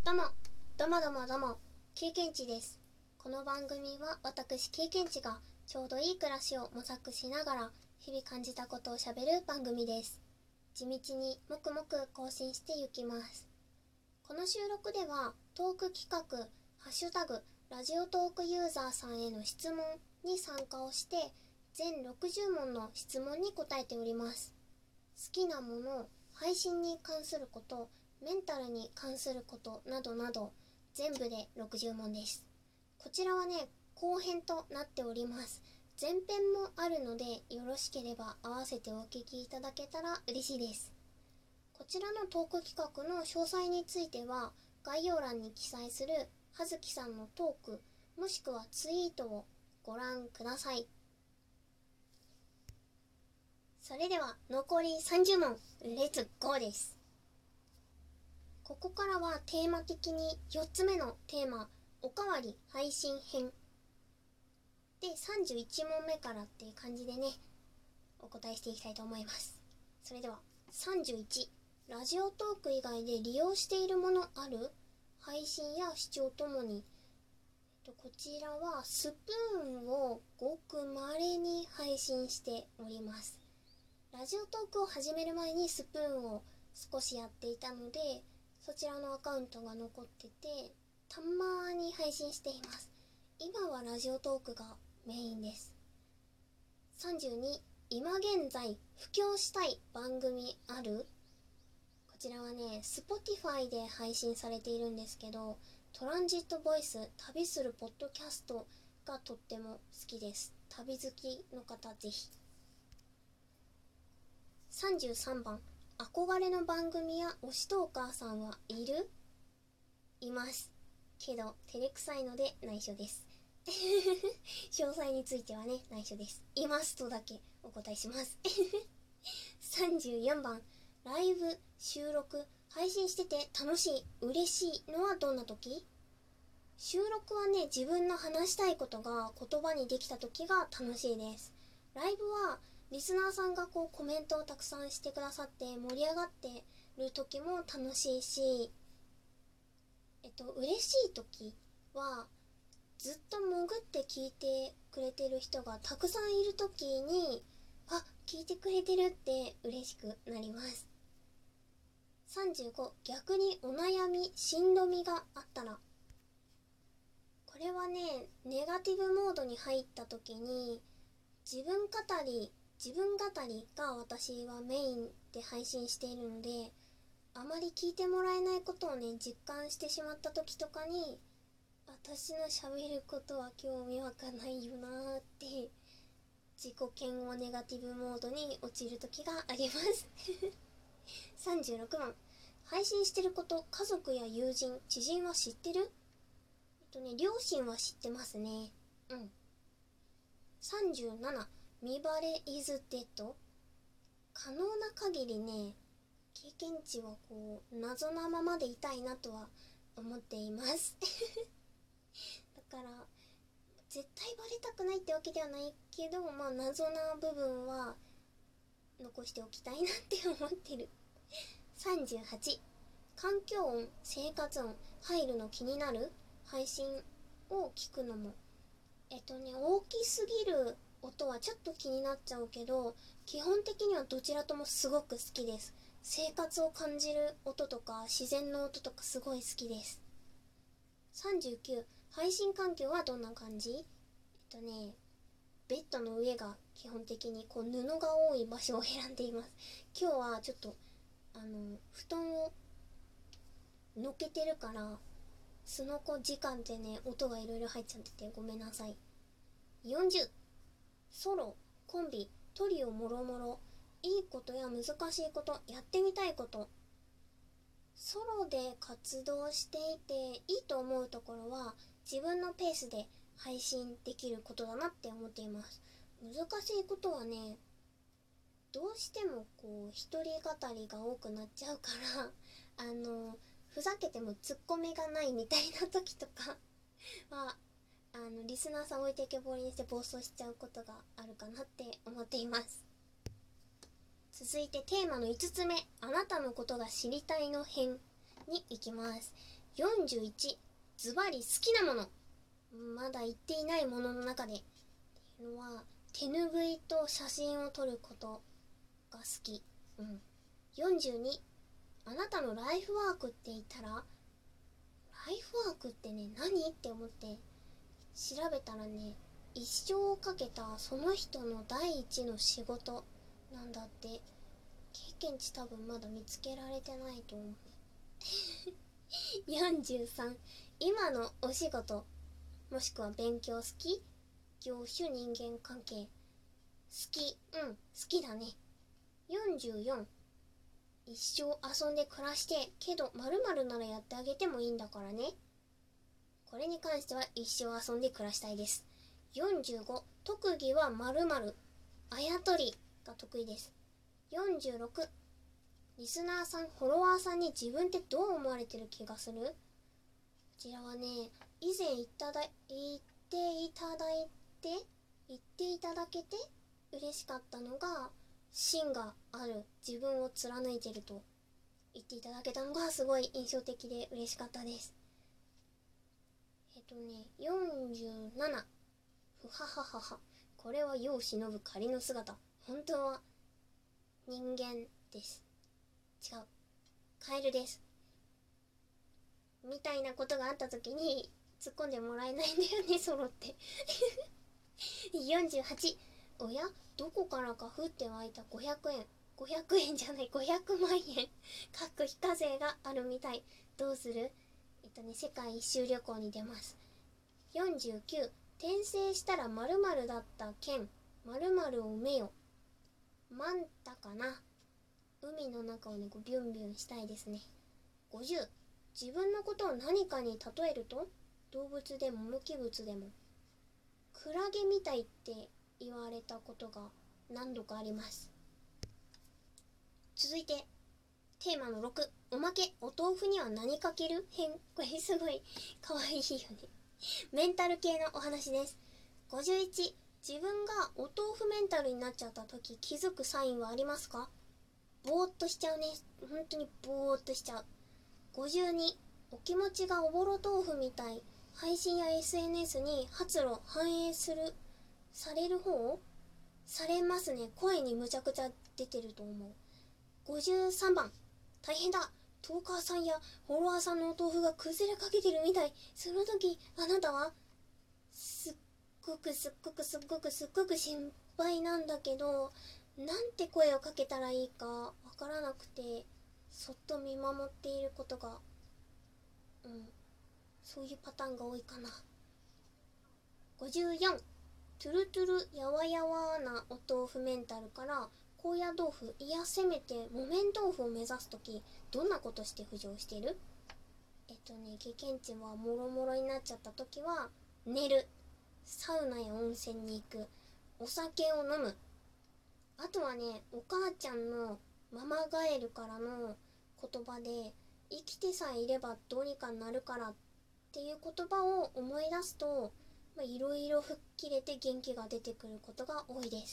どうも、どうも、経験値です。この番組は私経験値がちょうどいい暮らしを模索しながら日々感じたことをしゃべる番組です。地道にもくもく更新していきます。この収録ではトーク企画、ハッシュタグ、ラジオトークユーザーさんへの質問に参加をして全60問の質問に答えております。好きなもの、配信に関すること、メンタルに関することなどなど全部で60問です。こちらはね、後編となっております。前編もあるのでよろしければ合わせてお聞きいただけたら嬉しいです。こちらのトーク企画の詳細については概要欄に記載する葉月さんのトークもしくはツイートをご覧ください。それでは残り30問レッツゴーです。ここからはテーマ的に4つ目のテーマ、おかわり配信編で31問目からっていう感じでね、お答えしていきたいと思います。それでは31、ラジオトーク以外で利用しているものある？配信や視聴ともに。こちらはスプーンをごく稀に配信しております。ラジオトークを始める前にスプーンを少しやっていたので、そちらのアカウントが残ってて、たまに配信しています。今はラジオトークがメインです。32、今現在布教したい番組ある？こちらはね、Spotify で配信されているんですけど、トランジットボイス、旅するポッドキャストがとっても好きです。旅好きの方ぜひ。33番、憧れの番組や推しトーカーさんはいる？います。けど、照れくさいので内緒です。詳細についてはね、内緒です。いますとだけお答えします。34番、ライブ、収録、配信してて楽しい、嬉しいのはどんな時？収録はね、自分の話したいことが言葉にできた時が楽しいです。ライブはリスナーさんがコメントをたくさんしてくださって盛り上がってる時も楽しいし、嬉しい時はずっと潜って聞いてくれてる人がたくさんいる時に、聞いてくれてるって嬉しくなります。35、逆にお悩み、しんどみがあったら。これはね、ネガティブモードに入った時に自分語りが私はメインで配信しているので、あまり聞いてもらえないことをね、実感してしまった時とかに、私の喋ることは興味わかないよなーって自己嫌悪ネガティブモードに陥る時があります36番、配信してること家族や友人知人は知ってる？両親は知ってますね。37、見バレイズデッド。可能な限りね、経験値は謎なままでいたいなとは思っていますだから絶対バレたくないってわけではないけど、謎な部分は残しておきたいなって思ってる38、環境音、生活音入るの気になる？配信を聞くのも大きすぎる音はちょっと気になっちゃうけど、基本的にはどちらともすごく好きです。生活を感じる音とか自然の音とかすごい好きです。39、配信環境はどんな感じ？ベッドの上が基本的に布が多い場所を選んでいます。今日はちょっと布団をのっけてるからその時間でね、音がいろいろ入っちゃっててごめんなさい。40、ソロ、コンビ、トリオもろもろ、いいことや難しいこと、やってみたいこと。ソロで活動していていいと思うところは自分のペースで配信できることだなって思っています。難しいことはね、どうしても一人語りが多くなっちゃうからふざけてもツッコミがないみたいな時とかはリスナーさん置いてけぼりにして暴走しちゃうことがあるかなって思っています。続いてテーマの5つ目、あなたのことが知りたいの編に行きます。 41、ズバリ好きなもの。まだ言っていないものの中でっていうのは、手ぬぐいと写真を撮ることが好き。42、あなたのライフワークって言ったら、ライフワークってね、何って思って調べたらね、一生をかけたその人の第一の仕事なんだって。経験値多分まだ見つけられてないと思う。43、今のお仕事もしくは勉強好き？業種、人間関係。好き。好きだね。44、一生遊んで暮らしてけど〇〇ならやってあげてもいいんだからね。これに関しては一生遊んで暮らしたいです。45、特技は〇〇、あやとりが得意です。46、リスナーさん、フォロワーさんに自分ってどう思われてる気がする？こちらはね、以前言っていただけて嬉しかったのが、芯がある自分を貫いてると言っていただけたのがすごい印象的で嬉しかったです。47、ふはははは、これは世を忍ぶ仮の姿、本当は人間です。違う、カエルです。みたいなことがあった時に突っ込んでもらえないんだよね、揃って。48、おや、どこからか降って湧いた500円じゃない、500万円各非課税があるみたい。どうする？世界一周旅行に出ます。49、転生したら〇〇だった県、〇〇を埋めよ。マンタかな。海の中をね、ビュンビュンしたいですね。50、自分のことを何かに例えると、動物でも無機物でも。クラゲみたいって言われたことが何度かあります。続いてテーマの6、おまけ、お豆腐には何かける編。これすごい可愛いよね。メンタル系のお話です。51、自分がお豆腐メンタルになっちゃった時気づくサインはありますか？ぼーっとしちゃうね。本当にぼーっとしちゃう。52、お気持ちがおぼろ豆腐みたい。配信や SNS に発露反映される方？されますね。声にむちゃくちゃ出てると思う。53番、大変だ、トーカーさんやフォロワーさんのお豆腐が崩れかけてるみたい。その時あなたはすっごく心配なんだけど、なんて声をかけたらいいかわからなくて、そっと見守っていることが、そういうパターンが多いかな。54、トゥルトゥルやわやわなお豆腐メンタルから高野豆腐、いやせめて木綿豆腐を目指すとき、どんなことして浮上してる？経験値はもろもろになっちゃったときは、寝る、サウナや温泉に行く、お酒を飲む。あとはね、お母ちゃんのママガエルからの言葉で、生きてさえいればどうにかなるからっていう言葉を思い出すと、いろいろ吹っ切れて元気が出てくることが多いです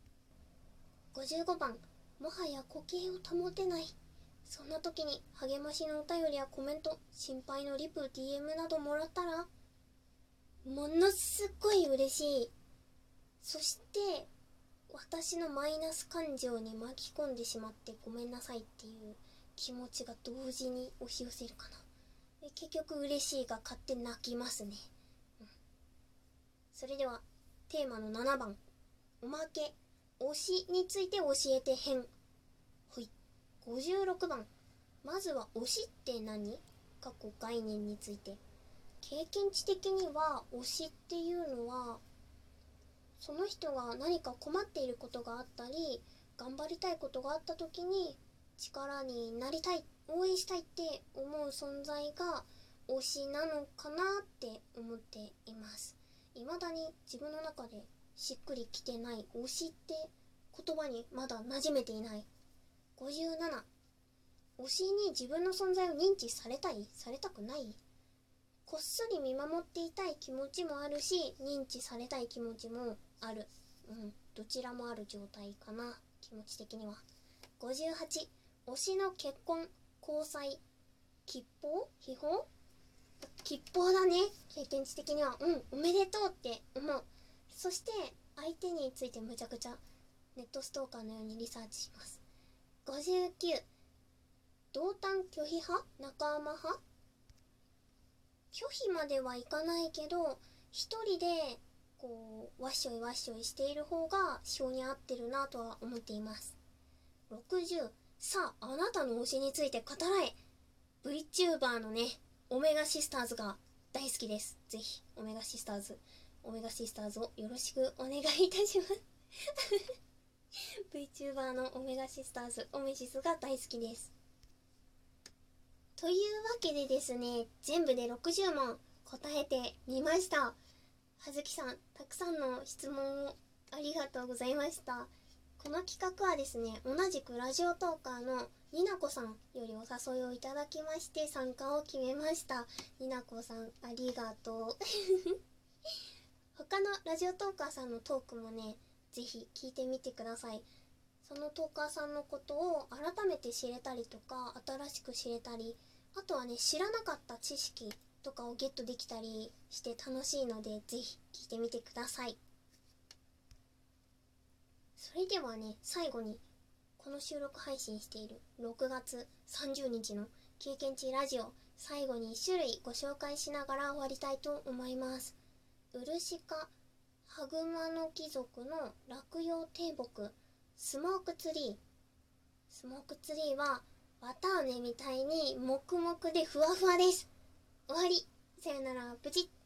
。55番、もはや呼吸を保てない。そんな時に励ましのお便りやコメント、心配のリプ、DM などもらったら、ものすごい嬉しい。そして私のマイナス感情に巻き込んでしまってごめんなさいっていう気持ちが同時に押し寄せるかな。で、結局嬉しいが勝手に泣きますね。それではテーマの7番、おまけ、推しについて教えて編。はい。56番、まずは推しって何？過去概念について。経験値的には推しっていうのは、その人が何か困っていることがあったり、頑張りたいことがあった時に力になりたい、応援したいって思う存在が推しなのかなって思っています。未だに自分の中でしっくりきてない、推しって言葉にまだ馴染めていない。57、推しに自分の存在を認知されたい？されたくない？こっそり見守っていたい気持ちもあるし、認知されたい気持ちもある。どちらもある状態かな、気持ち的には。58、推しの結婚、交際、吉報？秘宝？ 吉報だね。経験値的にはおめでとうって思う。そして相手についてむちゃくちゃネットストーカーのようにリサーチします。59、同担拒否派、仲間派。拒否まではいかないけど、一人でこうわっしょいわっしょいしている方が性に合ってるなとは思っています。60、さああなたの推しについて語らえ。 VTuber のねオメガシスターズが大好きです。ぜひオメガシスターズをよろしくお願いいたします。VTuber のオメガシスターズ、オメシスが大好きです。というわけでですね、全部で60問答えてみました。はずきさん、たくさんの質問をありがとうございました。この企画はですね、同じくラジオトーカーのになこさんよりお誘いをいただきまして参加を決めました。になこさん、ありがとう。他のラジオトーカーさんのトークもね、ぜひ聞いてみてください。そのトーカーさんのことを改めて知れたりとか、新しく知れたり、あとはね、知らなかった知識とかをゲットできたりして楽しいので、ぜひ聞いてみてください。それではね、最後にこの収録配信している6月30日の経験値ラジオ、最後に1種類ご紹介しながら終わりたいと思います。ウルシカハグマの貴族の落葉低木スモークツリーは綿あめみたいにもくもくでふわふわです。終わり。さよなら、プチッ。